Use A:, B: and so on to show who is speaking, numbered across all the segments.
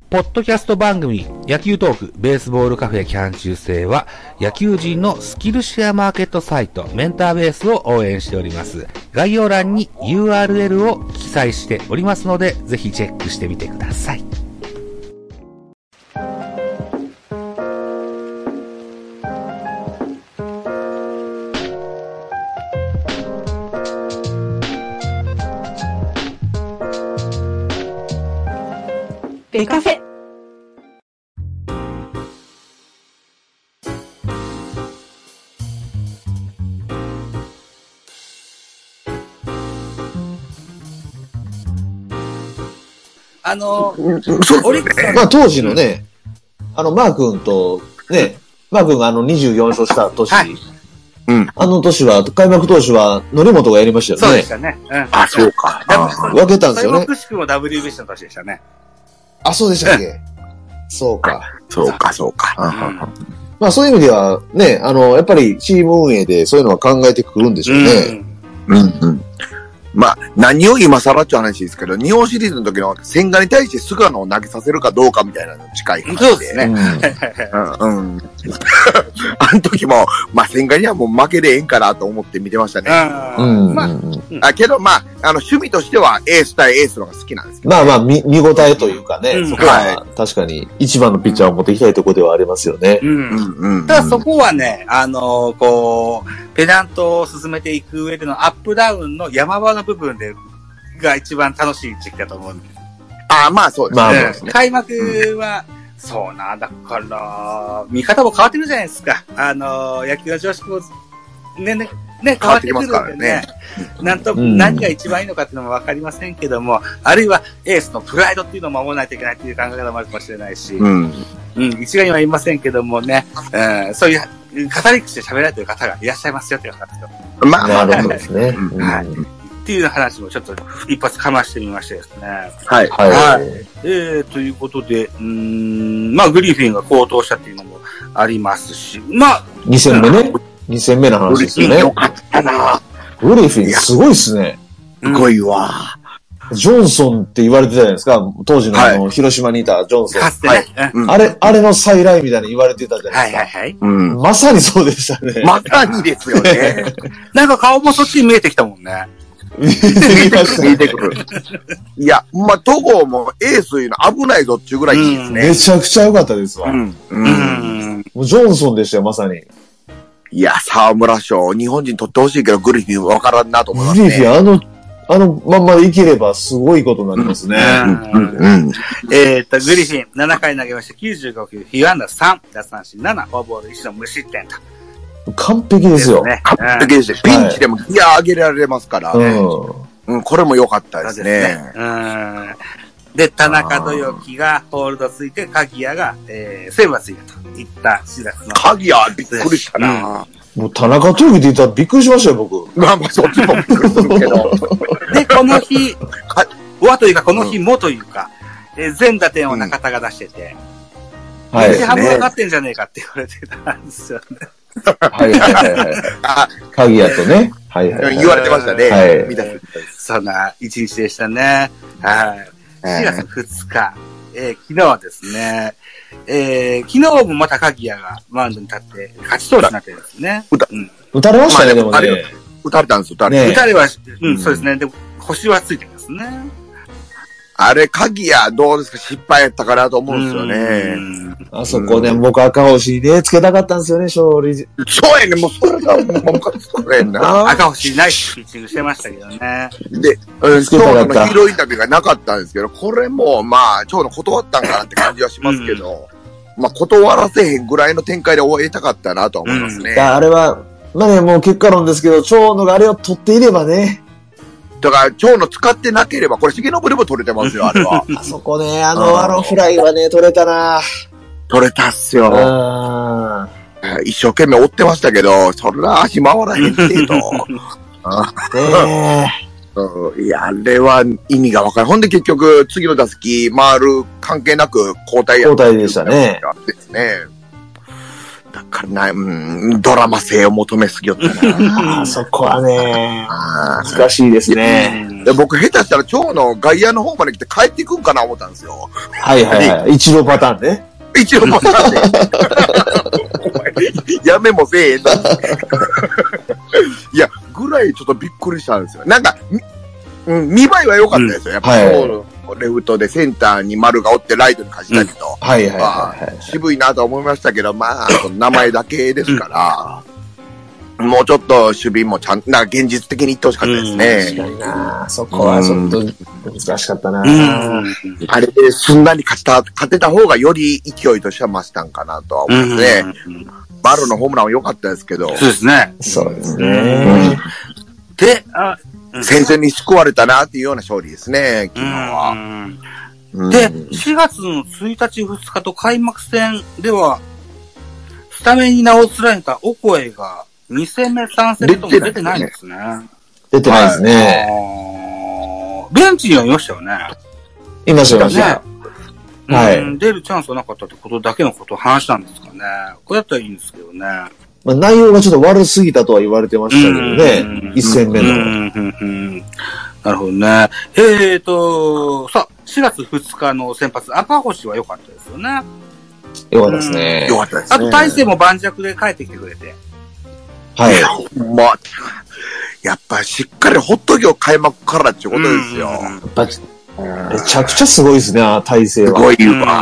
A: ポッドキャスト番組野球トークベースボールカフェキャン中世は野球人のスキルシェアマーケットサイトメンターベースを応援しております。概要欄に URL を記載しておりますのでぜひチェックしてみてください。
B: ベカフェ。
C: オリックスまあ当時のね、マー君とね、マー君が24勝した年、はい、うん、あの年は開幕投手は則本がやりましたよね。
D: そうでしたね。うん、
C: あ、そうか。分けたんですよね。
D: くしくも WBC の年でしたね。
C: あ、そうでしたっけ。そうか。
E: そうか、そうか。
C: まあそういう意味ではね、やっぱりチーム運営でそういうのは考えてくるんでしょうね。
E: うん。まあ、何を今更っていう話ですけど、日本シリーズの時の千賀に対して菅野を投げさせるかどうかみたいなの近い話で。
D: そうですね。
E: あの時も、まあ、千賀にはもう負けでええんかなと思って見てましたね。けど、まあ、趣味としてはエース対エースの方が好きなんですけど、ね。まあ、見応えというかね、そこは確かに一番のピッチャーを持っていきたいところではありますよね。
D: ただそこはね、ペナントを進めていく上でのアップダウンの山場の部分が一番楽しい時期だと思うんです。
E: ああ、まあそうですね。
D: 開幕は、そうな、だから、見方も変わってくるじゃないですか。野球の常識も、変わってくるんでね。何が一番いいのかっていうのもわかりませんけども、あるいはエースのプライドっていうのを守らないといけないっていう考え方もあるかもしれないし、一概には言いませんけどもね、そういう、語り口で喋られてる方がいらっしゃいますよっていう話を。
C: まあ、なるほどですね。
D: はい。っていう話もちょっと一発かましてみましてですね。
E: はい。
D: はい。ということで、まあ、グリフィンが高騰したっていうのもありますし、まあ。
C: 2戦目ね。2戦目の話ですよね。
E: よかったな。
C: グリフィンすごいっすね。
E: すごいわ。
C: ジョンソンって言われてたじゃないですか。当時の広島にいたジョンソン。
D: かつてね。
C: あれの再来みたいに言われてたじゃないですか。
D: はい。
C: まさにそうでしたね。
E: まさにですよね。
D: なんか顔もそっちに見えてきたもんね。
E: 見えてくる。いや、まあ、戸郷もエースいうの危ないぞっていうぐらいいいですね。
C: めちゃくちゃ良かったですわ。もうジョンソンでしたよ、まさに。
E: いや、沢村賞、日本人取ってほしいけど、グリフィン分からんなと思いますね。
C: グリフィン、あのまんまでいければすごいことになりますね。
D: グリフィン、7回投げました。95球、被安打3、奪三振7、フォアボール1の無失点と。
C: 完璧ですよ。
E: 完璧ですね。ピンチでもギア上げられますからね。これも良かったですね。
D: で、田中豊樹がホールドついて、鍵谷が、セーブがついたといった4月の。
E: 鍵谷びっくりしたな。
C: もう田中豊樹って言ったらびっくりしましたよ、僕。
E: まあまあ、そっちもびっくりするけど。
D: で、この日、というか、この日もというか、全打点を中田が出してて、半分かかってんじゃねえかって言われてたんですよね。
C: 鍵谷とね。
E: 言われてましたね。
D: そんな一日でしたね。はい。4月2日、昨日はですね、昨日もまた鍵谷がマウンドに立って勝ち投手になってるんですね。
C: 打たれましたね、でもね。
E: 打たれたんですよ、
D: 打たれは、そうですね。でも、星はついてますね。
E: あれ、鍵谷どうですか、失敗やったかなと思うんですよね。
C: あそこで僕赤星ね、つけたかったんですよね、勝利。
E: そうやね、もうそれがもうムカつくねんな。
D: 赤星ナイスピッチングしてましたけどね。
E: で、今日のヒーローインタビューがなかったんですけど、これもまあ、今日の断ったんかなって感じはしますけど、まあ、断らせへんぐらいの展開で終えたかったなと思いますね。
C: あれは、まあね、もう結果論ですけど、長野があれを取っていればね。
E: だから、長野使ってなければ、これ、重信でも取れてますよ、あれは。
C: あそこね、あのフライはね、取れたな。
E: 取れたっすよ。一生懸命追ってましたけど、そんな足回らへんっていうと。いや、あれは意味がわからない。ほんで結局、次の打席回る関係なく交代
C: でしたね。
E: ですね。 だからドラマ性を求めすぎよったな。
C: そこはね、難しいですね。
E: で僕下手したら今日の外野の方まで来て帰っていくんかな思ったんですよ。
C: はいはいはい。一郎パターンね。
E: 一郎パターンで。お前、やめもせえへんな。いや、ぐらいちょっとびっくりしたんですよ。なんか、見栄えは良かったですよ。やっぱり、レフトでセンターに丸がおってライトに貸したけど。
C: はいはいはい。
E: 渋いなと思いましたけど、まあ、名前だけですから。もうちょっと守備もちゃんと、現実的に言ってほしかったですね。
C: 確かにな。そこはちょっと難しかったな。
E: あれですんなり勝てた方がより勢いとしては増したんかなとは思いますね。バロのホームランは良かったですけど。
D: そうですね。
C: そうですね。
D: で、
E: 先生に救われたなっていうような勝利ですね、昨日は。
D: で、4月の1日2日と開幕戦では、スタメンに名を連ねたオコエが2戦目、3戦目とも出てないんですね。
C: 出てないですね。
D: ベンチにはいましたよね。
C: いましたね。
D: はい。出るチャンスはなかったってことだけのことを話したんですかね。これだったらいいんですけどね。
C: まあ、内容がちょっと悪すぎたとは言われてましたけどね。1戦目の。
D: なるほどね。さあ、4月2日の先発、赤星は良かったですよね。
C: 良かったですね。
E: 良かったですね。
D: あと、大勢も盤石で帰ってきてくれて。
C: はい。
E: まあ、やっぱしっかりほっときを開幕からっていうことですよ。
C: めちゃくちゃすごいですね、体勢は。
E: すごいわ。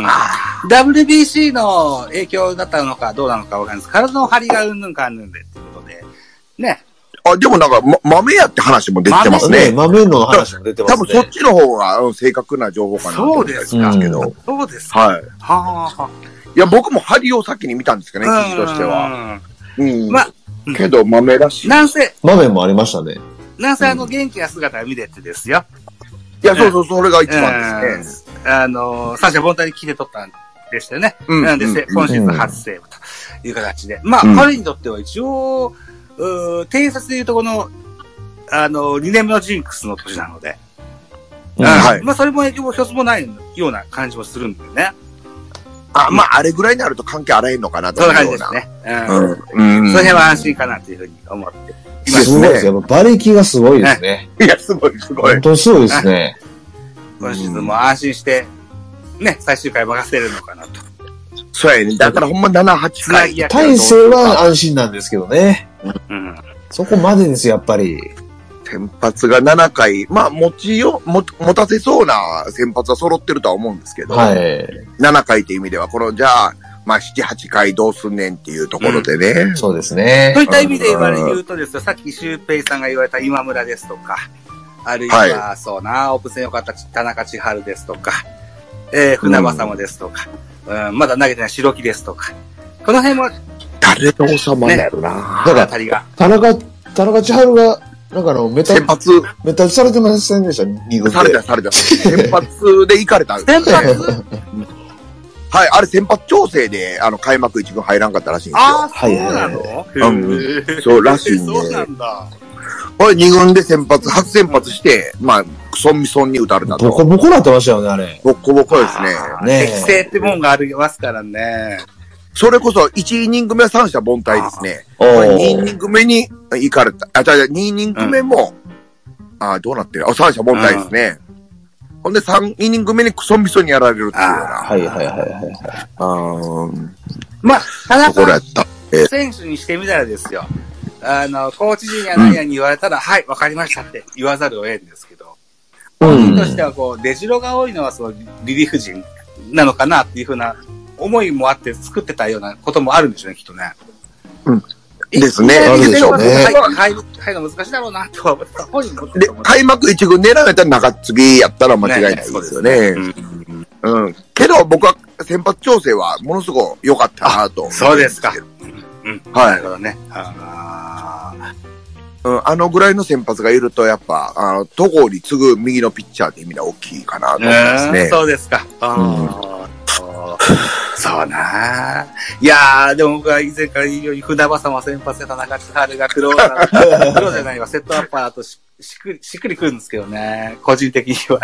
D: WBC の影響だったのかどうなのかわかんないです。体の張りがうんぬんかんぬんでっていうことで。ね。
E: でもなんか、豆やって話も出てますね。
C: 豆の話も出てますね。
E: 多分そっちの方が正確な情報かなと思うんですけど。
D: そうですか。
E: はい。いや、僕も張りを先に見たんですけどね、記事としては。けど豆らしい。
D: なんせ。
C: 豆もありましたね。
D: なんせ元気な姿が見れてですよ。
E: いや、そう、それが一番ですね。
D: 三者凡退に来て取ったんでしたよね。なんで、今シーズン初セーブという形で。まあ、彼にとっては一応、偵察でいうとこの、2年目のジンクスの年なので。はい。まあ、それも影響も一つもないような感じもするんだよね。
E: まあ、あれぐらいになると関係あらへんのかなと
D: いうような。そんな感じですね。その辺は安心かなというふうに思って。
C: すごいですね。馬力がすごいですね。
E: いや、すごい。
C: 本当にすごいですね。
D: 今シーズンも安心して、ね、最終回任せるのかなと。
E: そうやね。だからほんま7、8回。
C: 大勢は安心なんですけどね。そこまでですよ、やっぱり。
E: 先発が7回、まあ、持たせそうな先発は揃ってるとは思うんですけど。はい。7回っていう意味では、じゃあ、まあ、7、8回どうすんねんっていうところでね。
C: そうですね。
D: そういった意味で言うとですよ、さっきシュウペイさんが言われた今村ですとか、あるいは、そうな、オープン戦良かった田中千春ですとか、船場様ですとか、まだ投げてない白木ですとか、この辺も、
E: 誰の王様だろうな。
C: だから、田中千春が、なんかメタルされてませんでした、2軍で。
E: された。先発で行かれた。
D: 先発
E: はい、あれ先発調整で、開幕1軍入らんかったらしいんですよ。
D: そうなの？
E: そうらしいんで。
D: そうなんだ。
E: これ2軍で初先発して、まあ、クソミソンに打たれたと。
C: ボコボコなってましたよね、あれ。
E: ボコボコですね。
D: 適正ってもんがありますからね。
E: それこそ、1イニング目は三者凡退ですね。2イニング目に行かれた。2イニング目も、どうなってる？三者凡退ですね。ほんで3イニング目にクソミソにやられるっていうような。
D: まあ、田中選手にしてみたらですよ。コーチ陣や何やに言われたら、はい、わかりましたって言わざるを得んですけど。本人としては出代が多いのはリリーフ陣なのかなっていうふうな思いもあって作ってたようなこともあるんでしょうね、きっとね。
E: ですね。
C: あるでしょうね。
D: 入るの難しいだろうなとは思ってた。本人も
E: で、開幕1軍狙われたら中継ぎやったら間違いないですよね。けど僕は先発調整はものすごく良かったなと。
D: そうですか。
E: はい。
D: なるほどね。
E: ぐらいの先発がいると、やっぱ、戸郷に次ぐ右のピッチャーって意味では大きいかなと思いますね。
D: そうですか。そうなぁ。いやー、でも僕は以前から言うように、船場様先発で田中千春がクローじゃないわ、セットアッパーだとしっくりくるんですけどね。個人的には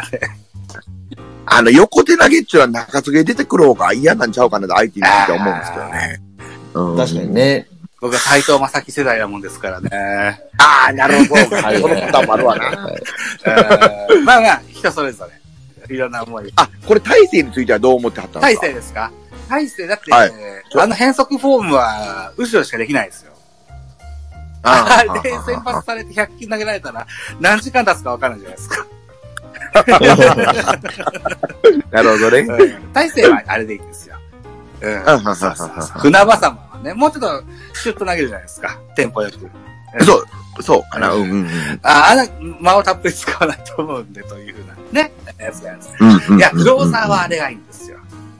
D: ね。
E: 横手投げっちゅうのは中継ぎ出てくる方が嫌なんちゃうかなと相手にって思うんですけどね。
C: 確かにね。
D: 僕は斎藤正樹世代なもんですからね。
E: ああ、なるほど。そのこともあるわな。
D: まあまあ、人それぞれ。いろんな思い。
E: あ、これ大勢についてはどう思ってはったんですか？
D: 大勢ですか？大勢だって、あの変則フォームは、後ろしかできないですよ。あれ、先発されて100球投げられたら、何時間経つか分からないじゃないですか。
E: なるほどね。
D: 大勢はあれでいいんですよ。船場様はね、もうちょっとシュッと投げるじゃないですか。テンポよく。
E: そうかな。
D: 間をたっぷり使わないと思うんで、というふうなね、やつなんです。いや、クローザーはあれがいいんですよ。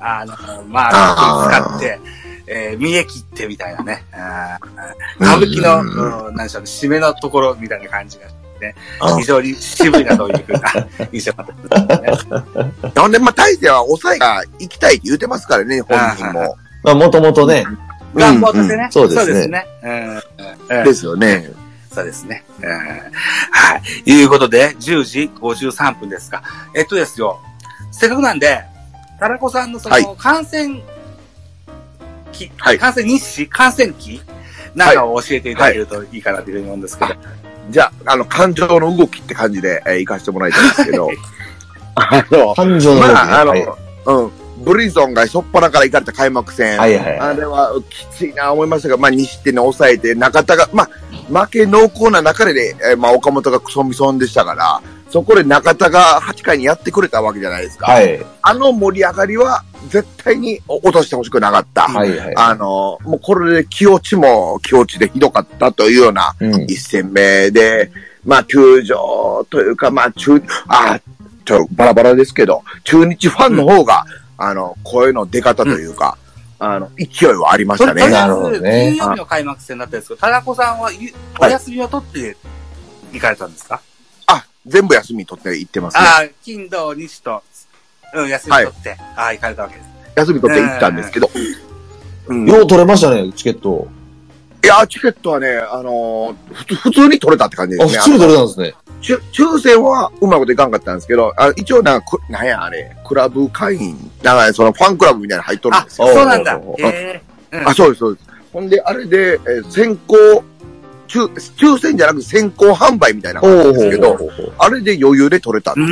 D: 使って、見え切ってみたいなね。歌舞伎の、なんでしょうね、締めのところみたいな感じがしてね、非常に渋いなというふうな印象があったんですね。
E: ほんで、大勢は抑えが行きたいって言うてますからね、本人も。
C: まあ、もともとね。
D: 願望としてね。
C: そうですね。
E: ですよね。
D: そうですね。はい。いうことで、10時53分ですか。ですよ。せっかくなんで、タラコさんのその、感染期、感染日誌、感染期なんかを教えていただけるといいかなというふうに思うんですけど。
E: じゃあ、感情の動きって感じで、行かせてもらいたいんですけど。
C: 感情の動き。
E: ブリゾンがしょっぱなから行かれた開幕戦。あれはきついな思いましたが、2失点に抑えて、中田が、負け濃厚な中で、岡本がクソミソンでしたから、そこで中田が8回にやってくれたわけじゃないですか。あの盛り上がりは絶対に落としてほしくなかった。もうこれで気落ちも気落ちでひどかったというような一戦目で、球場というか、バラバラですけど、中日ファンの方が、声の出方というか、勢いはありましたね。
D: なるほどね。金曜日の開幕戦だったんですけど、田中さんはお休みを取って行かれたんですか？
E: 全部休み取って行ってますね。
D: 金土日と、休み取って、行かれたわけです。
E: 休み取って行ったんですけど。
C: よう取れましたね、チケット。
E: いや、チケットはね、普通に取れたって感じですね。
C: 普通に取れたんですね。
E: 抽選はうまいこといかんかったんですけど、一応なんやあれ、クラブ会員、そのファンクラブみたいなの入っとるんですよ。
D: そうなんだ。
E: そうです、そうです。ほんで、あれで、先行、抽選じゃなく先行販売みたいな感じですけど、あれで余裕で取れたって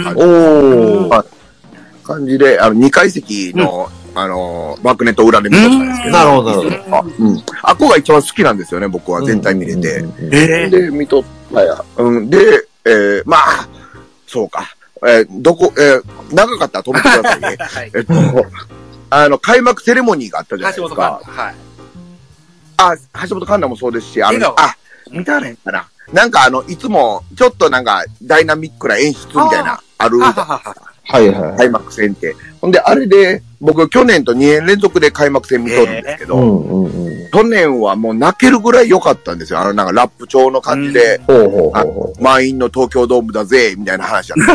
E: 感じで、2階席の、バックネット裏で見とったんですけど。
C: なるほど、なるほど。
E: あっこが一番好きなんですよね、僕は全体見れて。で、見とったや。で、そうか。長かったら止めてくださいね。開幕セレモニーがあったじゃないですか。橋本環奈もそうですし、見たねんかな。なんかいつも、ちょっとなんか、ダイナミックな演出みたいな、ある。開幕戦って。ほんで、あれで、僕、去年と2年連続で開幕戦見とるんですけど、去年はもう泣けるぐらい良かったんですよ。なんかラップ調の感じで、満員の東京ドームだぜ、みたいな話だった。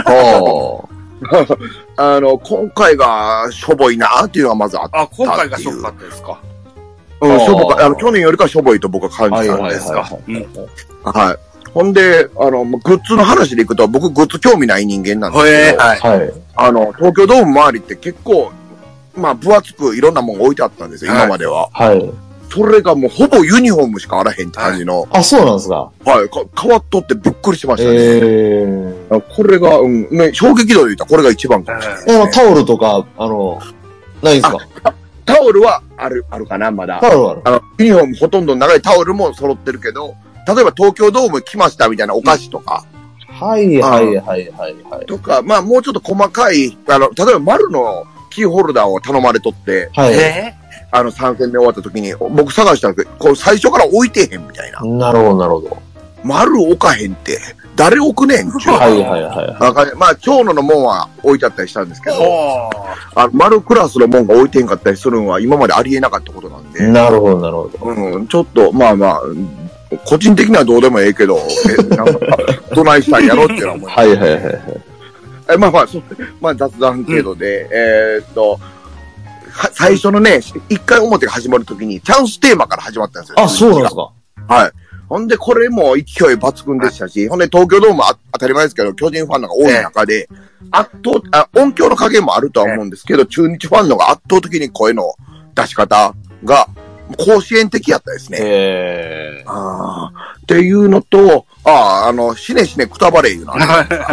E: 今回がしょぼいなーっていうのがまずあったっていう。
D: 今回がしょぼかったですか。
E: しょぼか、去年よりかしょぼいと僕は感じたんですが。ほんで、グッズの話でいくと、僕グッズ興味ない人間なんですけど、東京ドーム周りって結構、分厚くいろんなもん置いてあったんですよ、今までは。それがもうほぼユニフォームしかあらへんって感じの。
C: そうなんですか。
E: 変わっとってびっくりしましたね。これが、衝撃度で言ったらこれが一番かもしれない。
C: タオルとか、ないんですか？
E: タオルはあるかな、まだ。
C: タオルある。
E: ユニフォームほとんど長いタオルも揃ってるけど、例えば東京ドーム来ましたみたいなお菓子とか。とか、もうちょっと細かい、例えば丸のキーホルダーを頼まれとって、3戦目終わった時に、僕探したんですけど、最初から置いてへんみたいな。
C: なるほど、なるほど。
E: 丸置かへんって、誰置くねんちゅう。長野の門は置いてあったりしたんですけど、丸クラスの門が置いてへんかったりするのは今までありえなかったことなんで。
C: なるほど、なるほど。
E: ちょっと、個人的にはどうでもええけど、どないしたんやろっていうのは思います。雑談程度で、最初のね、一回表が始まるときに、チャンステーマから始まったんですよ。
C: そうなんですか。
E: ほんで、これも勢い抜群でしたし、ほんで、東京ドーム当たり前ですけど、巨人ファンのが多い中で、音響の加減もあるとは思うんですけど、中日ファンのが圧倒的に声の出し方が、 甲子園的やったですね。っていうのと、しねしねくたばれいうのはね。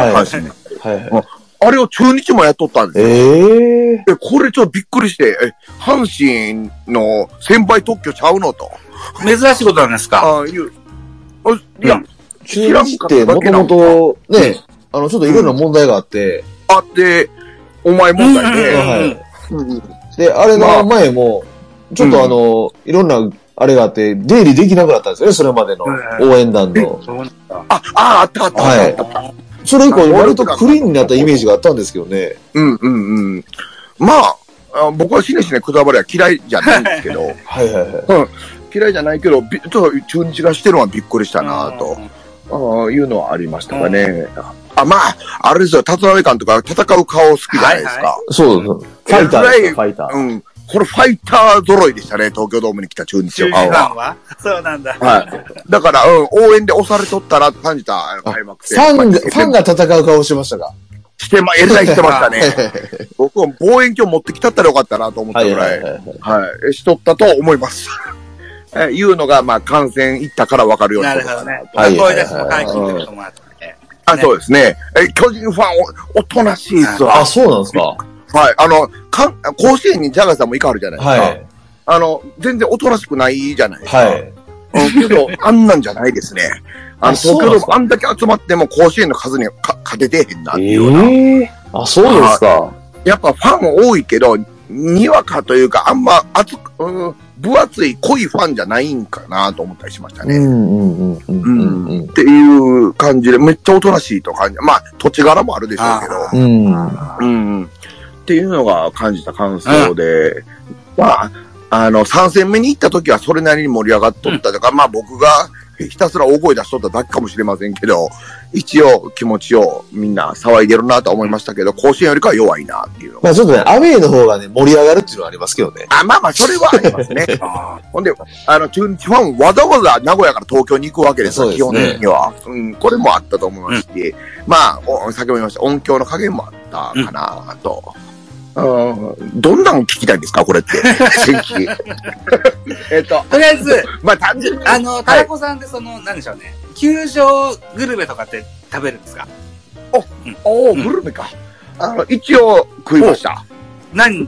E: あれを中日もやっとったんですよ。これちょっとびっくりして、阪神の先輩特許ちゃうのと。
D: 珍しいことなんですか？
E: いや、
C: 中日ってもともとね、ちょっといろんな問題があって、
E: お前問題ね。
C: で、あれの前も、ちょっといろんな、あれがあって、出入りできなくなったんですよね、それまでの応援団の。
E: あった。
C: それ以降、割とクリーンになったイメージがあったんですけどね。
E: まあ、僕はしねしねくだばりは嫌いじゃないんですけど。嫌いじゃないけど、ちょっと中日がしてるのはびっくりしたなと、いうのはありましたかね。まあ、あれですよ、立浪監督は戦う顔好きじゃないですか。
C: そう。ファイターですよ、ファイター。
E: これファイター揃いでしたね、東京ドームに来た中日の顔は。
D: そうなんだ。
E: だから、応援で押されとったなって感じた、開幕戦。
C: ファンが戦う顔してましたか？
E: えらいしてましたね。僕は望遠鏡持ってきたったらよかったなと思ったぐらい、しとったと思います。いうのが、まあ、観戦行ったから分かるようなことかな。
D: なるほどね。声出しも解禁ということもあって。
E: そうですね。巨人ファンおとなしいですわ。
C: そうなんですか。
E: 甲子園にジャガーさんも行かはるじゃないですか。全然おとなしくないじゃないですか。けど、あんなんじゃないですね。東京ドームあんだけ集まっても甲子園の数に勝ててへんなっていうような。
C: そうですか。
E: やっぱファン多いけど、にわかというか、あんま分厚い濃いファンじゃないんかなと思ったりしましたね。っていう感じで、めっちゃおとなしいと感じ。まあ、土地柄もあるでしょうけど。っていうのが感じた感想で、まあ、3戦目に行った時はそれなりに盛り上がっとったとか、まあ僕がひたすら大声出しとっただけかもしれませんけど、一応気持ちをみんな騒いでるなと思いましたけど、甲子園よりかは弱いなっていうの。
C: まあちょっとね、アウェーの方がね、盛り上がるっていうのはありますけどね。
E: まあそれはありますね。ほんで、中日ファンわざわざ名古屋から東京に行くわけですよ、基本的には。これもあったと思いますし、まあ、先ほど言いました、音響の加減もあったかなと。どんなの聞きたいんですかこれって。とりあ
D: えず、
E: まあ単純に。
D: タラコさんでなんでしょうね。球場グルメとかって食べるんですか？
E: グルメか。一応食いました。
D: 何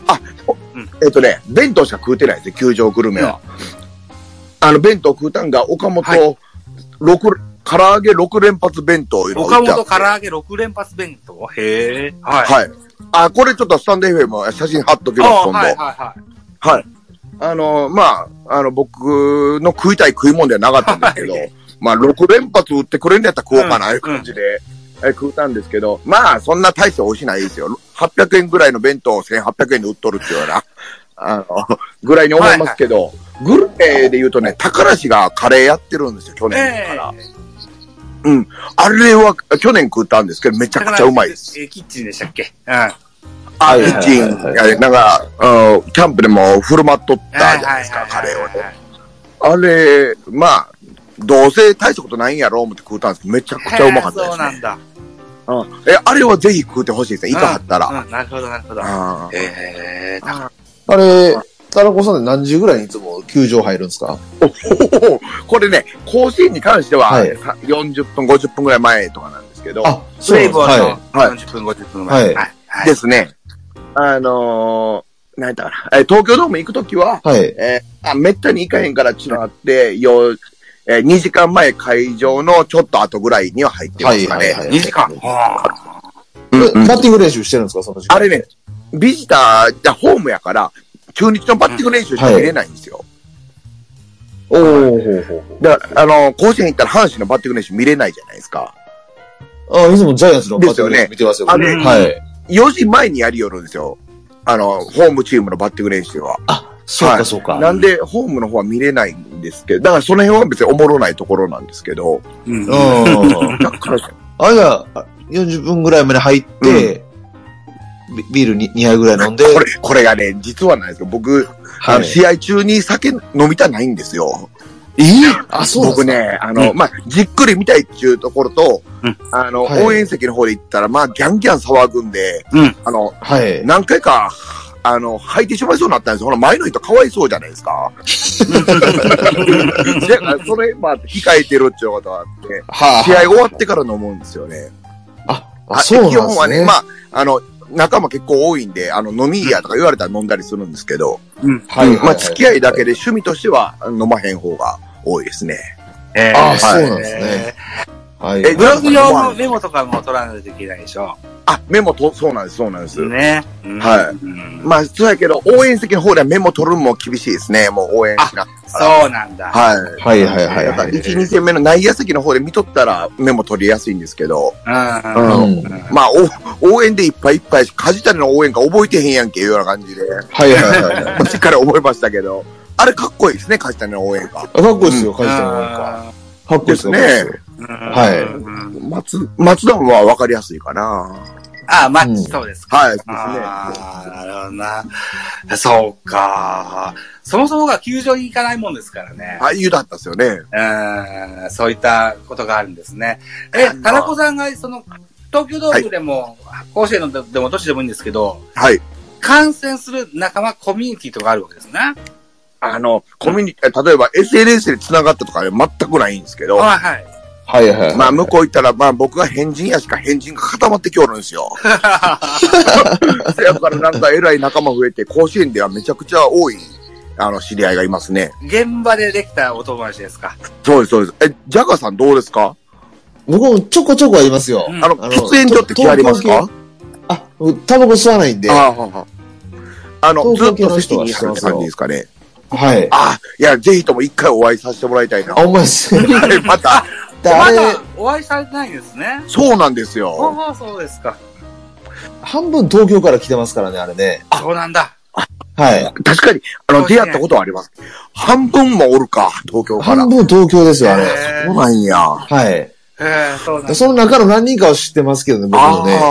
E: 弁当しか食うてないですよ、球場グルメは。弁当食うたんが、岡本、唐揚げ6連発弁当いうのを
D: 岡本唐揚げ6連発弁当へえ。
E: これちょっとスタンド FM 写真貼っときます、今度。まあ、僕の食いたい食い物ではなかったんですけど、まあ、6連発売ってくれんのやったら食おうかな、いう感じで、食うたんですけど、まあ、そんな大して美味しないですよ。800円ぐらいの弁当を1800円で売っとるっていうような、ぐらいに思いますけど、グルメで言うとね、宝市がカレーやってるんですよ、去年から。あれは、去年食ったんですけど、めちゃくちゃうまいです。
D: キッチンでしたっけ？キ
E: ッチン、なんか、キャンプでも振る舞っとったじゃないですか、カレーをね。あれ、まあ、どうせ大したことないんやろう思って食ったんですけど、めちゃくちゃうまかったですね。
D: そうなんだ。
E: あれはぜひ食ってほしいですね、いかはったら。
D: なるほど、なるほど。
C: あれ、タラコさんで何時ぐらいにいつも球場入るんですか？
E: これね、甲子園に関しては、40分、50分ぐらい前とかなんですけど。
D: プレイボールの40分、50分前。
E: ですね。何やったかな。東京ドーム行くときは、めったに行かへんからちのあって、2時間前会場のちょっと後ぐらいには入ってますかね。
D: 2時間。
C: バッティング練習してるんですか、その時間。
E: あれね、ビジター、ホームやから、中日のバッティング練習しか見れないんですよ。だから、甲子園行ったら阪神のバッティング練習見れないじゃないですか。
C: いつもジャイアンツのバッティング練習見てますよね。
E: 4時前にやりよるんですよ。ホームチームのバッティング練習は。
C: そうかそうか。
E: なんで、ホームの方は見れないんですけど、だからその辺は別におもろないところなんですけど。だから、
C: じゃあ、40分ぐらいまで入って、ビール2杯ぐらい飲んで。
E: これがね、実はないですけど、僕、試合中に酒飲みたないんですよ。
C: そう
E: 僕ね、まあ、じっくり見たいっていうところと、応援席の方で行ったら、まあ、ギャンギャン騒ぐんで、何回か、 履いてしまいそうになったんですよ。ほら、前の人かわいそうじゃないですか。それ、控えてるっていうことがあって、試合終わってから飲むんですよね。
C: そうなんですね。
E: 基本はね、仲間結構多いんで、飲み屋とか言われたら飲んだりするんですけど、付き合いだけで趣味としては飲まへん方が多いですね。
C: そうなんですね。
D: ブログ用のメモとかも取らないといけないでしょ。
E: メモそうなんです。
D: ね。
E: そうやけど、応援席の方ではメモ取るのも厳しいですね。もう応援しな。
D: そうなんだ。
E: だから1、2戦目の内野席の方で見とったらメモ取りやすいんですけど、応援でいっぱいいっぱい梶谷の応援か覚えてへんやんけいうような感じで、しっかり覚えましたけど、あれかっこいいですね、梶谷の応援か。
C: かっこいいですよ、梶谷の応援か。かっこいいですね。
E: 松田は分かりやすいかな。
D: そうですか。
E: ですね。
D: なるほどな。そうか。そもそもが球場に行かないもんですからね。
E: 言うだったですよね。
D: そういったことがあるんですね。田中さんが、東京ドームでも、甲子園でもどっちでもいいんですけど、観戦する仲間、コミュニティとかあるわけですね。
E: コミュニティ、例えば SNS で繋がったとか全くないんですけど、向こう行ったら、僕が変人やしか変人が固まってきおるんですよ。そやからなんか偉い仲間増えて、甲子園ではめちゃくちゃ多い、知り合いがいますね。
D: 現場でできたお友達ですか？
E: そうです。ジャガーさんどうですか？
C: 僕もちょこちょこありますよ。
E: 喫煙所って気ありますか？
C: タバコ吸わないんで。ず
E: っと席に入る感じですかね。
C: い
E: や、ぜひとも一回お会いさせてもらいたいな。
C: お前ですね。
D: まだお会いされてないんですね。
E: そうなんですよ。
D: そうですか。
C: 半分東京から来てますからね、あれね。
D: そうなんだ。
E: 確かに、出会ったことはあります。半分もおるか、東京から。
C: 半分東京ですよ、あれ。
E: そうなんや。
C: その中の何人かは知ってますけどね、僕もね。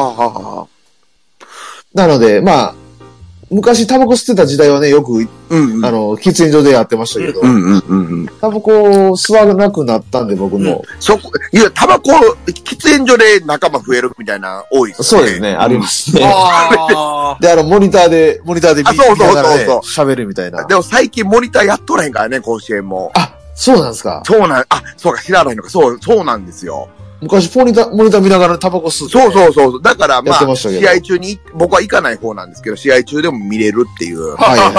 C: なので、昔タバコ吸ってた時代はね、よく、喫煙所でやってましたけど、タバコ吸わなくなったんで、僕も。
E: タバコ、喫煙所で仲間増えるみたいな、多いですね。
C: そうですね、ありますね。で、モニターで見ながらね、喋るみたいな。
E: でも最近モニターやっとらへんからね、甲子園も。
C: そうなんですか。
E: そうか、知らないのか。そうなんですよ。
C: 昔モニター見ながらタバコ吸って。
E: そう。だから試合中に、僕は行かない方なんですけど、試合中でも見れるっていう。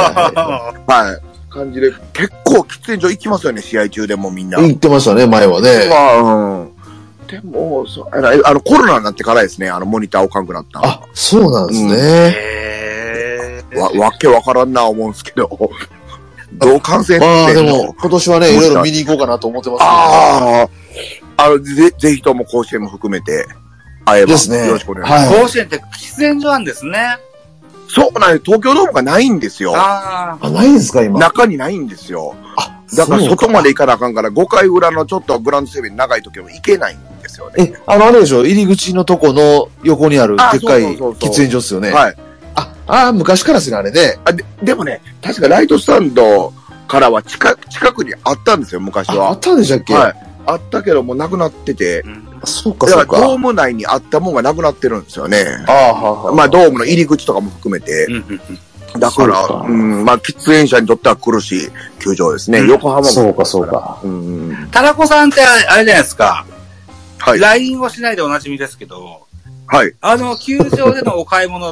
E: 感じで、結構喫煙所行きますよね、試合中でもみんな。
C: 行ってましたね、前はね。
E: でも、コロナになってからですね、モニターをかんくなったの。
C: そうなんですね。
E: わけわからんな思うんですけど。どう感染
C: してんの？でも、今年はね、いろいろ見に行こうかなと思ってます
E: ね。ぜひとも甲子園も含めて、会えば。ですね。よろしくお願いします。
D: 甲子園って喫煙所なんですね。
E: そうなんです。東京ドームがないんですよ。
C: ないんですか、今。
E: 中にないんですよ。だから外まで行かなあかんから、5回裏のちょっとグラウンド整備長い時も行けないんですよね。
C: あれでしょ、入り口のとこの横にあるでっかい喫煙所っすよね。昔からですね、あれね。
E: でもね、確かライトスタンドからは近くにあったんですよ、昔は。
C: あったんでしたっけ？
E: あったけどもうなくなってて。
C: そうか。
E: だからドーム内にあったもんがなくなってるんですよね。ドームの入り口とかも含めて。だから、喫煙者にとっては苦しい球場ですね。横浜も。
C: そうか。
D: 田中さんってあれじゃないですか。LINE をしないでおなじみですけど。球場でのお買い物って、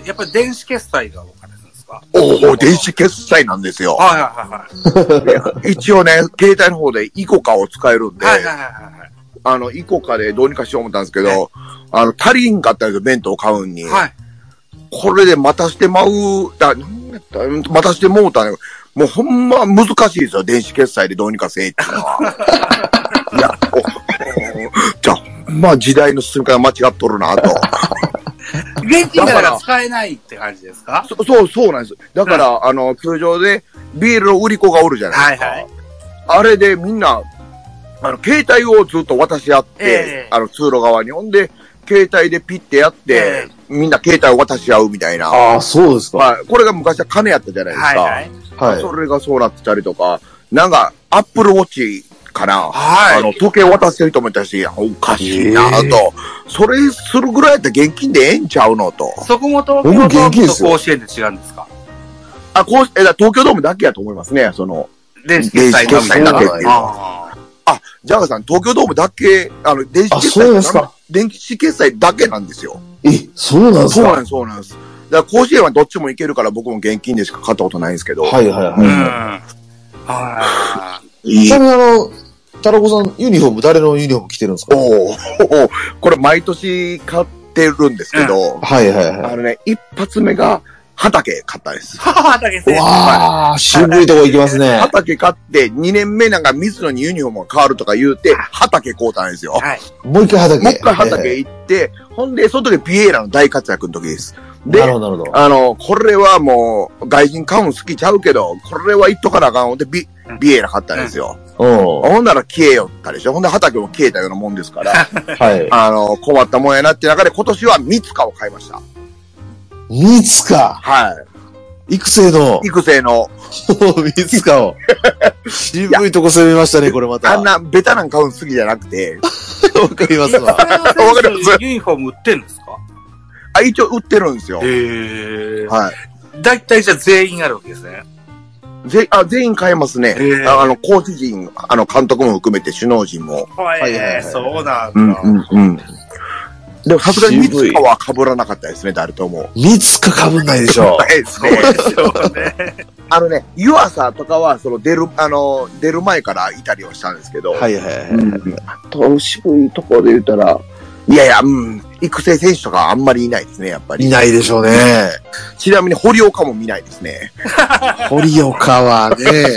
D: やっぱり電子決済が多かったですか？
E: 電子決済なんですよ。一応ね、携帯の方でイコカを使えるんで、イコカでどうにかしよう思ったんですけど、足りんかったんですよ、弁当買うんに。これで待たしてまう、待たしてもうたね。もうほんま難しいですよ、電子決済でどうにかせえっていうのは。いや、じゃあ、時代の進み方間違っとるなと。
D: 現金だから使えないって感じですか？
E: そうなんです。だから、球場でビールの売り子がおるじゃないですか。あれでみんな、携帯をずっと渡し合って、通路側に。ほんで、携帯でピッてやって、みんな携帯を渡し合うみたいな。
C: そうですか。
E: これが昔は金やったじゃないですか。それがそうなってたりとか、なんか、アップルウォッチかな。
D: はい。
E: 時計渡してる人もいたし、おかしいなと。それするぐらいやったら現金でええんちゃうのと。
D: そこも東京ドームと甲子園で違うんですか？
E: 東京ドームだけやと思いますね、
D: 電子決済だけっていうの
E: は。ジャガーさん、東京ドームだけ、電子決済。
C: そうですか。
E: 電子決済だけなんですよ。
C: そうなんですか？
E: そうなんです。だから甲子園はどっちも行けるから僕も現金でしか買ったことないんですけど。
C: はいはい
E: はい。
C: ちなみにタラコさん、ユニフォーム、誰のユニフォーム着てるんですか？
E: これ毎年買ってるんですけど。一発目が、畑買ったんです。
D: 畑選手。
C: わー、渋いとこ行きますね。
E: 畑買って、2年目なんか水野にユニフォームが変わるとか言うて、畑買うたんですよ。
D: はい。
C: もう一回
E: 畑行って、ほんで、その時ピエーラの大活躍の時です。で、
C: なるほど。
E: これはもう、外人買うん好きちゃうけど、これは言っとかなあかんほんで、ビエーラ買ったんですよ。ほんなら消えよったでしょ。ほんで畑も消えたようなもんですから。
C: はい。
E: 困ったもんやなって中で今年は三塚を買いました。
C: 三塚？
E: はい。
C: 育成の。三塚を。渋いとこ攻めましたね、これまた。
E: あんなベタなん買うん好きじゃなくて。
C: わかりますわ。
D: わかります。ユニフォーム売ってんですか？
E: 一応売ってるんですよ。はい。
D: だいたいじゃあ全員あるわけですね。
E: 全員買えますね。コーチ陣、監督も含めて首脳陣も。
D: そうなんだ。
E: でもさすがに三塚は被らなかったですね、誰とも。
C: 三塚被んないでしょ。
D: そうですよね。
E: 湯浅とかは、出る前からいたりはしたんですけど。あと、渋いところで言ったら、育成選手とかあんまりいないですね、やっぱり。
C: いないでしょうね。
E: ちなみに堀岡も見ないですね。
C: 堀岡はね。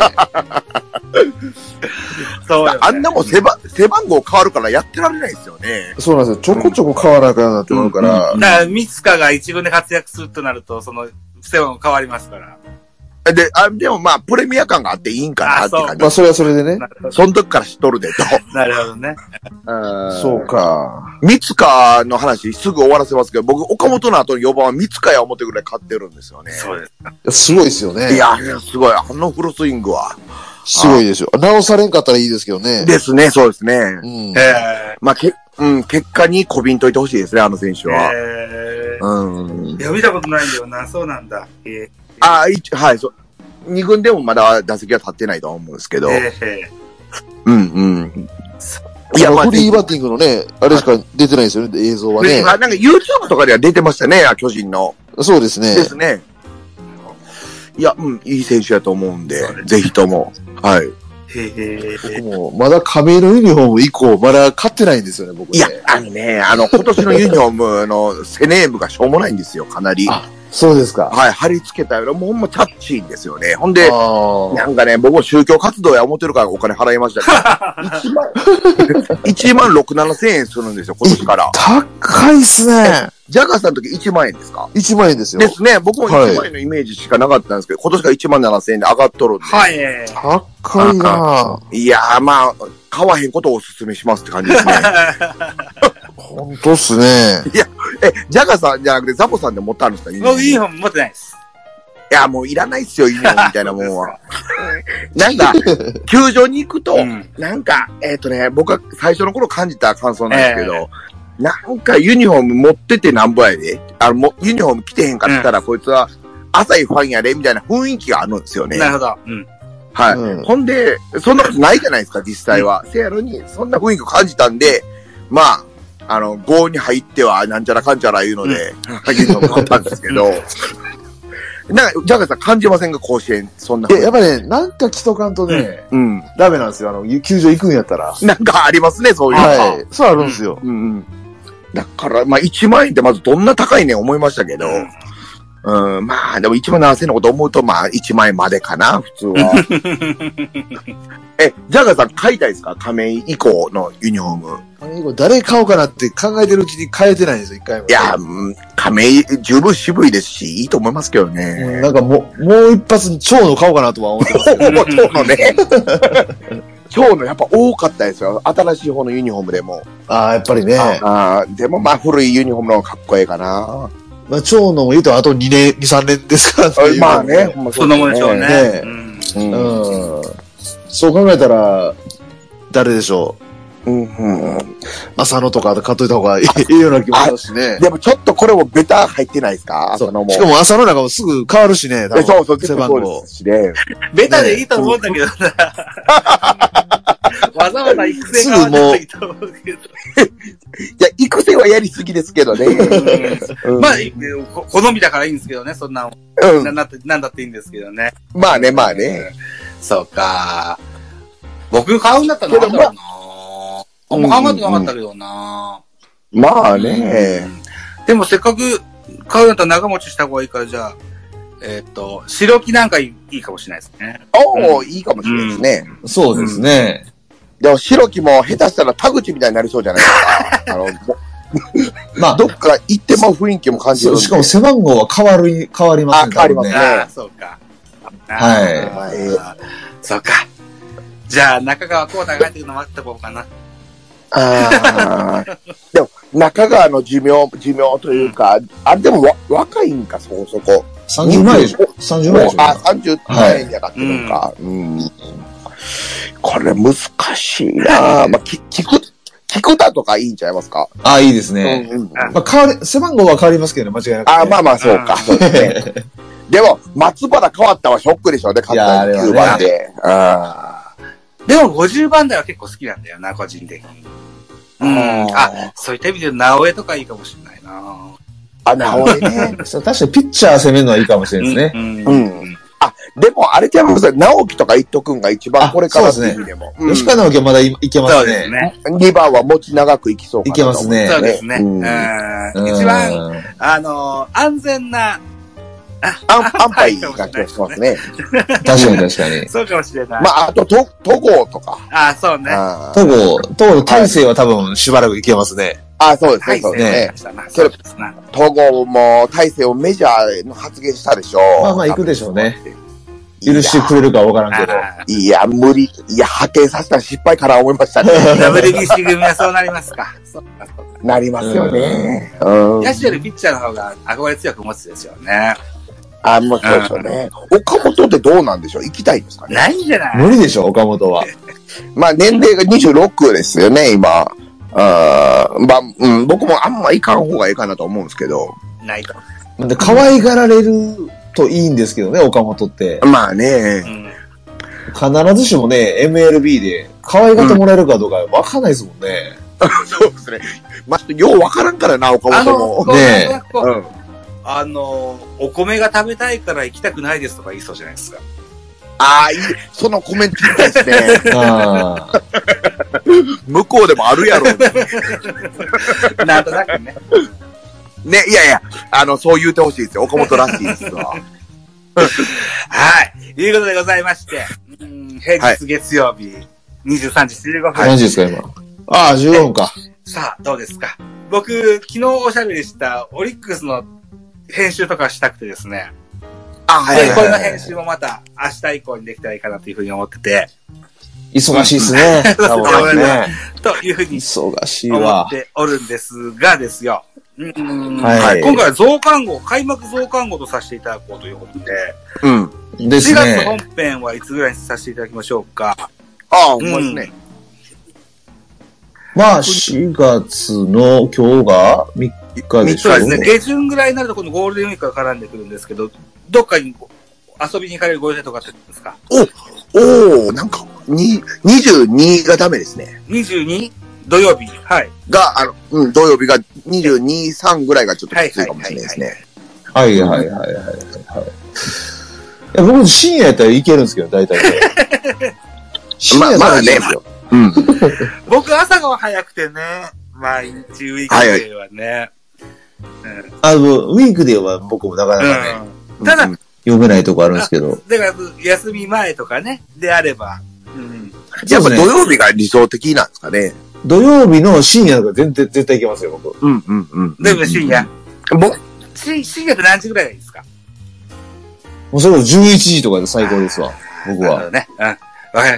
E: あんなもん背番号変わるからやってられないですよね。
C: そうなんですよ。ちょこちょこ変わらなくなってくるから。
D: だから三塚が一軍で活躍するとなると、背番号変わりますから。
E: でもプレミア感があっていいんかなって感じ。
C: それはそれでね。
E: その時から知っとるでと。
D: なるほどね。
C: そうか。
E: 三塚の話すぐ終わらせますけど、僕、岡本の後に4番は三塚や思ってぐらい買ってるんですよね。
D: そうです。
C: すごいですよね。
E: いや、すごい。フルスイングは。
C: すごいですよ。直されんかったらいいですけどね。
E: ですね、そうですね。結果にこびんといてほしいですね、あの選手は。
D: いや、見たことないんだよな、そうなんだ。
E: はい、そう。2軍でもまだ打席は立ってないと思うんですけど。いや、
C: フリーバッティングのね、あれしか出てないですよね、映像はね。
E: なんか YouTube とかでは出てましたね、巨人の。
C: そうですね。
E: ですね。いや、いい選手やと思うんで、ぜひとも。はい。
C: 僕も、まだ亀井のユニフォーム以降、まだ買ってないんですよね、僕ね。
E: いや、今年のユニフォームのセネームがしょうもないんですよ、かなり。
C: そうですか。
E: はい、貼り付けたよりもほんまキャッチーんですよね。ほんで、なんかね、僕も宗教活動や思ってるからお金払いましたけど、1万6、7千円するんですよ、今年から。
C: 高いっすね。
E: ジャガーさんの時1万円ですか？
C: 1 万円ですよ。
E: ですね。僕も1万円のイメージしかなかったんですけど、今年から1万7千円で上がっとるんで。
D: はい。
C: 高いなぁ。
E: いやー、買わへんことをお勧めしますって感じですね。
C: ほんとっすね。
E: いや、ジャガーさんじゃなくてザボさんで持ってあるんですか？
D: 僕ユニフォーム持ってないです。
E: いや、もういらないっすよ、ユニフォームみたいなもんは。なんか、球場に行くと、なんか、僕は最初の頃感じた感想なんですけど、なんかユニフォーム持っててなんぼやで、ユニフォーム着てへんかったら、こいつは浅いファンやで、みたいな雰囲気があるんですよね。
D: なるほど。
E: はい。ほんで、そんなことないじゃないですか、実際は。せやのに、そんな雰囲気を感じたんで、郷に入っては、なんちゃらかんちゃら言うので、ユニフォーム買ったんですけど、なんか、ジャガーさん感じませんか？甲子園、そんな。
C: やっぱね、なんか着とかんとね、ダメなんですよ。球場行くんやったら。
E: なんかありますね、そういうの。
C: はい。そうあるんですよ。
E: だから、1万円ってまずどんな高いね思いましたけど、でも1万7000円のこと思うと、1万円までかな、普通は。ジャガーさん買いたいですか？亀井以降のユニフォーム。
C: 誰買おうかなって考えてるうちに変えてないんですよ、一回も。
E: いや、亀井十分渋いですし、いいと思いますけどね。
C: なんかもう一発、蝶野買おうかなとは思ってます。
E: 蝶野ね。蝶野やっぱ多かったですよ。新しい方のユニフォームでも。
C: やっぱりね。
E: でも古いユニフォームの方がかっこいいかな。
C: 蝶野も言うとあと2年、2、3年ですから
E: ね。
D: そんなもんでしょうね。
C: そう考えたら、 誰でしょう。浅野とか買っといた方がいいような気もしますしね。
E: でもちょっとこれもベタ入ってないですか？
C: 浅野も。しかも浅野なんかもすぐ変わるしね。
E: そう、背番号ですしね。
D: ベタでいいと思うんだけどな。わざわざ育成が悪いと思うけど。い
E: や、育成はやりすぎですけどね。
D: まあ、好みだからいいんですけどね、そんな。なんだっていいんですけどね。
E: まあね。
D: そうか。僕買うんだったらなんだろうな。あんま考えてなかったけどな。
E: まあね。
D: でもせっかく買うんだったら長持ちした方がいいから、じゃあ、白木なんかいいかもしれないですね。
E: いいかもしれないですね。
C: そうですね。
E: でも白木も下手したら田口みたいになりそうじゃないですか。まあ、どっか行っても雰囲気も感じる。
C: しかも背番号は変わりますね。
E: 変わりますね。
D: そうか。
C: はい。
D: そうか。じゃあ、中川幸太が入ってくるの待ってこうかな。
E: でも、中川の寿命というか、でも若いんか、そこそこ。
C: 30前でしょ ?30 前でしょ
E: 30前に上がってるのか。これ難しいなまあ、菊田とかいいんちゃいますか？
C: いいですね。まあ、背番号は変わりますけどね、間違いなく。
E: まあ、そうか。そうですね。でも、松原変わったはショックでしょうね、勝った9番で。
D: でも50番台は結構好きなんだよな、個人的に。そういった意味で直江とかいいかもしれないな。
E: 直江ね。
C: 確かにピッチャー攻めるのはいいかもしれないですね。
E: でもあれちゃいますね、直樹とか一斗くんが一番これからっていう意味でも。
C: 吉川直樹はまだいけますね。
E: 2番は持ち長くいきそうかな。
C: いけますね。
D: そうですね。一番、安全な、
E: 安牌な気がしますね。
C: 確かに。
D: そうかもしれない。
E: まあ、あと、戸郷とか。
D: そうね。
C: 戸郷、大勢は多分しばらくいけますね。
E: そうですね、そうですね。戸郷も大勢をメジャーの発言したでしょ。
C: まあ、行くでしょうね。許してくれるかわからんけど。
E: いや、無理。派遣させたら失敗かな思いましたね。
D: WBC 組はそうなりますか。
E: なりますよね。
D: 野手よりピッチャーの方が憧れ強く持つですよね。
E: もうそうですよね。岡本ってどうなんでしょう？行きたいんですかね？
D: ないんじゃない？
C: 無理でしょ、岡本は。
E: まあ、年齢が26ですよね、今。僕もあんま行かん方がいいかなと思うんですけど。
D: ないと。
C: で、可愛がられるといいんですけどね、岡本って。
E: まあね。
C: 必ずしもね、MLB で可愛がってもらえるかどうかわかんないですもんね。
E: そうですね。まあ、ようわからんからな、岡本も。
C: ね
D: お米が食べたいから行きたくないですとか言いそうじゃないですか。
E: いい。そのコメント聞きたいですね。向こうでもあるやろ。
D: なんとなくね。
E: ね、いや、そう言うてほしいですよ。岡本らしいですわ。
D: はい。いうことでございまして、平日月曜日、23時15分。
C: 何時ですか、今。15分か。
D: さあ、どうですか。僕、昨日おしゃべりしたオリックスの編集とかしたくてですね。これの編集もまた明日以降にできたらいいかなというふうに思ってて。
C: 忙しいっすね。
D: というふうに
C: 忙しい
D: 思
C: わ
D: っておるんですがですよ。今回は増刊号、開幕増刊号とさせていただこうということで。
C: ですね。
D: 4月本編はいつぐらいにさせていただきましょうか。
E: ほんまですね。
C: まあ、4月の今日が3日でしょうね。
D: 下旬ぐらいになるとこのゴールデンウィークが絡んでくるんですけど、どっかに遊びに行かれるご予定とかってですか？
E: なんか、22がダメですね。
D: 22？土曜日。はい。
E: 土曜日が22、3ぐらいがちょっときついかもしれないですね。
C: はい。僕、深夜やったらいけるんですけど、大体。深夜
E: まあね。
D: 僕、朝が早くてね、毎日ウィークデーはね。
C: ウィークデーは僕もなかなかね、
D: ただ、
C: 読めないとこあるんですけど。
D: だから、休み前とかね、であれば。
E: やっぱ土曜日が理想的なんですかね。
C: 土曜日の深夜とか絶対行けますよ、僕。
D: 土曜日の深夜。深夜って何時ぐらいがいいですか？
C: もうそれこそ11時とかで最高ですわ、僕は。
D: なるほどね。わかりました。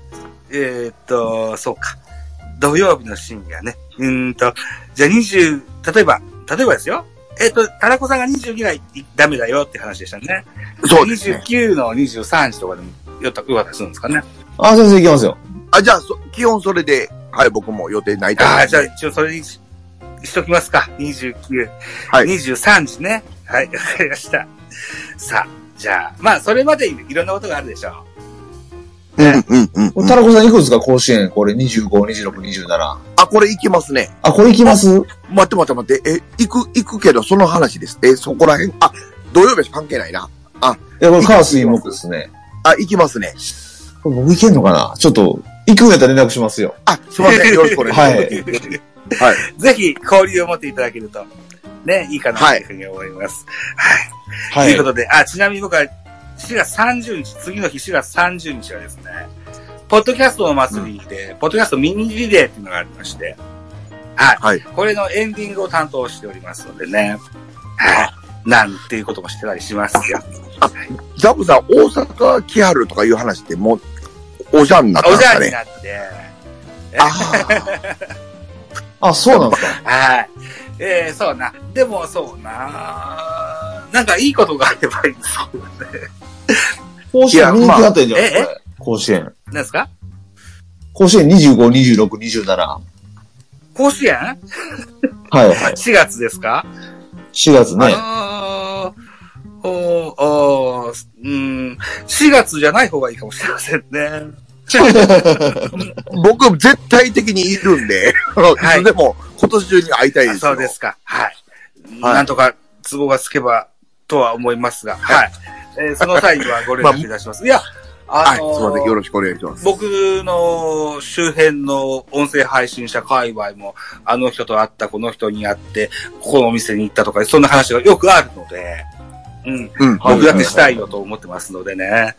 D: そうか。土曜日の深夜ね。じゃあ例えばですよ。タラコさんが22がダメだよって話でしたね。
E: そうですね。
D: 29の23時とかでもよかったりするんですかね。
C: 全然いけますよ。
E: じゃあ、基本それで、はい、僕も予定ないと思います。
D: じゃあ一応それにしときますか。29、はい、23時ね。はい、わかりました。さあ、じゃあ、まあ、それまでいろんなことがあるでしょう。
C: タラコさん行くんですか甲子園。これ25、26、27。
E: これ行きますね。
C: これ行きます？
E: 待って。行くけど、その話です。そこら辺。土曜日関係ないな。
C: これカー水木ですね。
E: 行きますね。
C: これ僕行けんのかな？ちょっと、行くんやったら連絡しますよ。
E: すいません。よろしくお願いします。
D: はい。ぜひ、交流を持っていただけると、ね、いいかなというふうに思います。はい。ということで、ちなみに僕は、4月30日、次の日4月30日はですね、ポッドキャストの祭りで、ポッドキャストミニリレーっていうのがありまして、はい。これのエンディングを担当しておりますのでね、はい。なんていうこともしてたりしますよ。
E: ザブさん、大阪来はるとかいう話ってもう、おじゃんになったんですかね。
D: おじゃんになって。
C: そうなんですか。
D: はい。そうな。でも、そうな。なんかいいことがあればいいですけどね。
C: 甲子園見に来はってんじゃん。甲子園。
D: 何ですか？
C: 甲子園25、26、27。
D: 甲子園？
C: はい。
D: 4月ですか
C: ？4月ね。
D: 4月じゃない方がいいかもしれませんね。
E: 僕、絶対的にいるんで、いつでも今年中に会いたいですよ。
D: そうですか。はい。なんとか都合がつけばとは思いますが、はい。その際にはご連絡いたします。いや、
E: すいません。よろしくお願いします。
D: 僕の周辺の音声配信者界隈も、あの人と会った、この人に会って、ここのお店に行ったとか、そんな話がよくあるので、僕だってしたいよと思ってますのでね。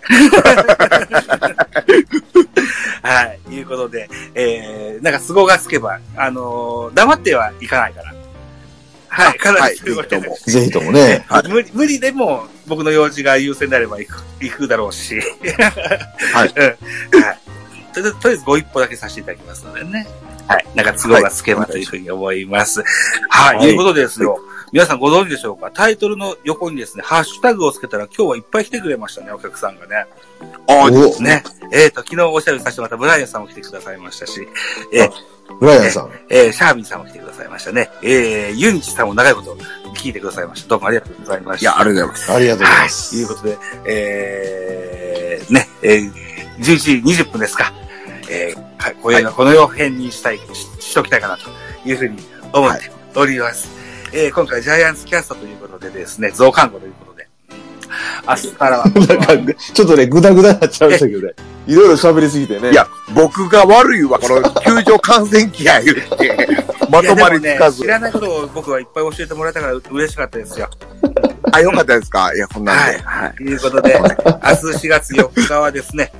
D: はい。いうことで、なんか都合がつけば、黙ってはいかないから。はい。かなりぜ
C: ひともね。
D: 無理でも、僕の用事が優先であれば行くだろうし。はい。とりあえずご一歩だけさせていただきますのでね。はい。なんか都合がつけばというふうに思います。はい。ということでですよ。皆さんご存知でしょうか？タイトルの横にですね、ハッシュタグをつけたら今日はいっぱい来てくれましたね、お客さんがね。ですね。昨日おしゃべりさせてもらったブライアンさんも来てくださいましたし、
C: ブライアンさん。
D: シャービーさんも来てくださいましたね。ユニチさんも長いこと聞いてくださいました。どうもありがとうございました。
E: いや、ありがとうございます。
C: ありがとうございます。
D: ということで、11時20分ですか。このよう編にしときたいかなというふうに思っております。今回ジャイアンツキャストということでですね、増刊号ということで、明日からは。
C: なんか、ちょっとね、グダグダになっちゃうんだけどね。いろいろ喋りすぎてね。
E: いや、僕が悪いわ、この球場観戦記や言って、まとまりつかず。
D: 知らないことを僕はいっぱい教えてもらえたから嬉しかったですよ。
E: よかったですか？いや、こんなんで。
D: はい。ということで、明日4月4日はですね、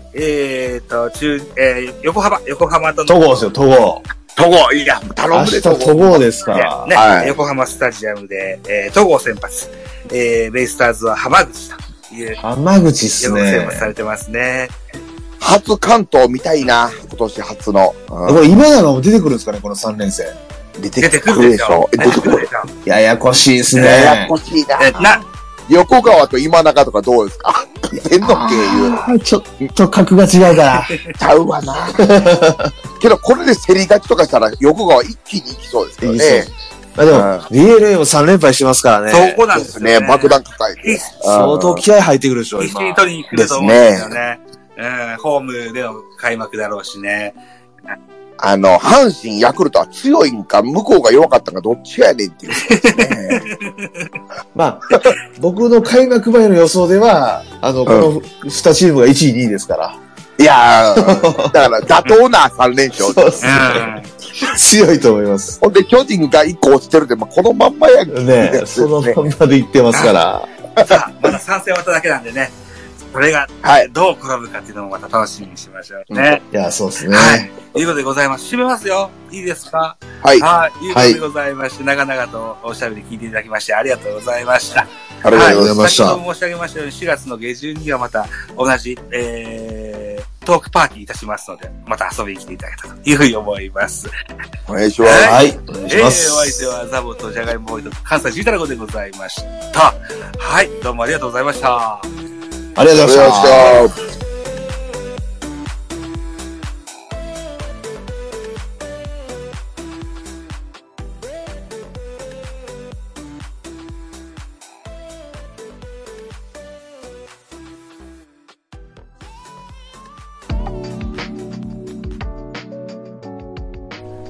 D: 横浜との。
C: 戸郷ですよ、戸郷。
E: いや、頼むで、戸
C: 郷ですから。
D: ね、横浜スタジアムで、戸郷先発。ベイスターズは浜口という。
C: 浜口っすね。
D: 先発されてますね。
E: 初関東見たいな、今年初の。
C: これ今永も出てくるんですかね、この3連戦。
E: 出てくるでしょ。出てくるでしょ。
C: ややこしいですね。
E: ややこしいな。横川と今中とかどうですか？天皇経由。
C: ちょっと格が違うから。
E: ちゃうわな。けど、これで競り勝ちとかしたら、横川一気に行きそうですけどね。
C: でも、DNA も3連敗してますからね。
D: そこなんですね。
E: 爆弾抱えて。
C: 相当気合入ってくるでしょ、
D: 今。一気に取りに来ると思うんですよね。ホームでの開幕だろうしね。
E: 阪神、ヤクルトは強いんか、向こうが弱かったんか、どっちやねんっていう、ね。
C: まあ、僕の開幕前の予想では、この2チームが1位、2位ですから。
E: いやー、だから妥当な3連勝。
C: そうですね。強いと思います。
E: ほんで、巨人が1個落ちてるって、まあ、このまんまやん
C: ね。そのまんまでいってますから。
D: さあ、まだ3戦終わっただけなんでね。これが、どう転ぶかっていうのもまた楽しみにしましょうね。
C: いや、そうですね。
D: はい。ということでございます。締めますよ。いいですか？
E: はい。
D: はい。いうことでございまして、長々とおしゃべり聞いていただきまして、ありがとうございました。
C: ありがとうございました。
D: 先ほど申し上げましたように、4月の下旬にはまた同じ、トークパーティーいたしますので、また遊びに来ていただけたというふうに思います。
E: お願いします。
C: はい。お願いします。
D: お相手はザボとジャガイモボーイと関西ジータラゴでございました。はい。どうもありがとうございました。
C: ありがとうございました。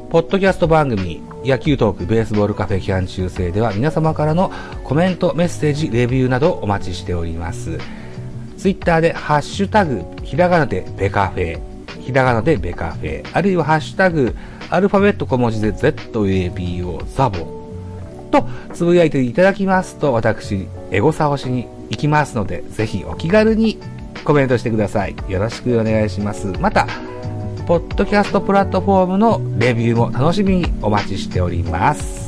A: ポッドキャスト番組、野球トークベースボールカフェ期間中制では皆様からのコメント、メッセージ、レビューなどお待ちしております。ツイッターでハッシュタグ、ひらがなでベカフェ、ひらがなでベカフェ、あるいはハッシュタグ、アルファベット小文字で ZABO ザボとつぶやいていただきますと、私、エゴサをしに行きますので、ぜひお気軽にコメントしてください。よろしくお願いします。また、ポッドキャストプラットフォームのレビューも楽しみにお待ちしております。